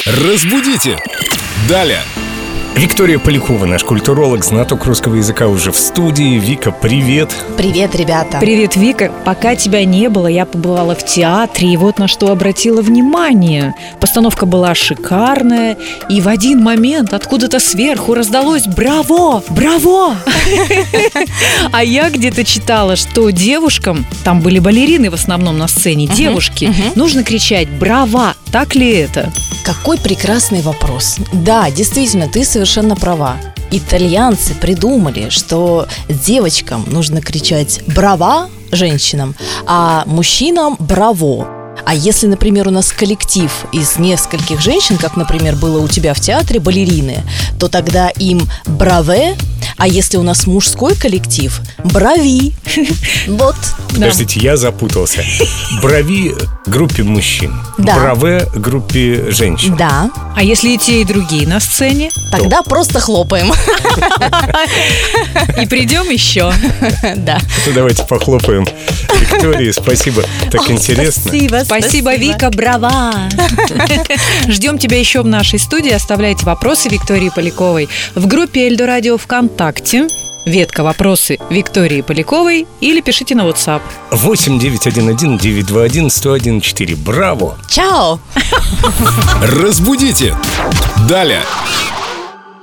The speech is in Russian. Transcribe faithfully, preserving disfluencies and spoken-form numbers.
Разбудите! Далее! Виктория Полякова, наш культуролог, знаток русского языка, уже в студии. Вика, привет. Привет, ребята. Привет, Вика. Пока тебя не было, я побывала в театре, и вот на что обратила внимание. Постановка была шикарная, и в один момент откуда-то сверху раздалось «Браво! Браво!». А я где-то читала, что девушкам, там были балерины в основном на сцене, девушки, нужно кричать «Браво!». Так ли это? Какой прекрасный вопрос. Да, действительно, ты совершенно права. Итальянцы придумали, что девочкам нужно кричать «браво» женщинам, а мужчинам «браво». А если, например, у нас коллектив из нескольких женщин, как, например, было у тебя в театре, балерины, то тогда им «браве», а если у нас мужской коллектив – «брави». Вот. Подождите, я запутался. Брави группе мужчин, Да. браве группе женщин. Да. А если и те, и другие на сцене? Тогда просто хлопаем. И придем еще. Да. Ну, давайте похлопаем Виктории. Спасибо, так интересно. Спасибо, Спасибо, Вика, браво! Ждем тебя еще в нашей студии. Оставляйте вопросы Виктории Поляковой в группе Эльдо Радио ВКонтакте. Ветка «Вопросы» Виктории Поляковой или пишите на WhatsApp. восемь девятьсот одиннадцать девятьсот двадцать один сто один четыре. Браво! Чао! Разбудите! Далее!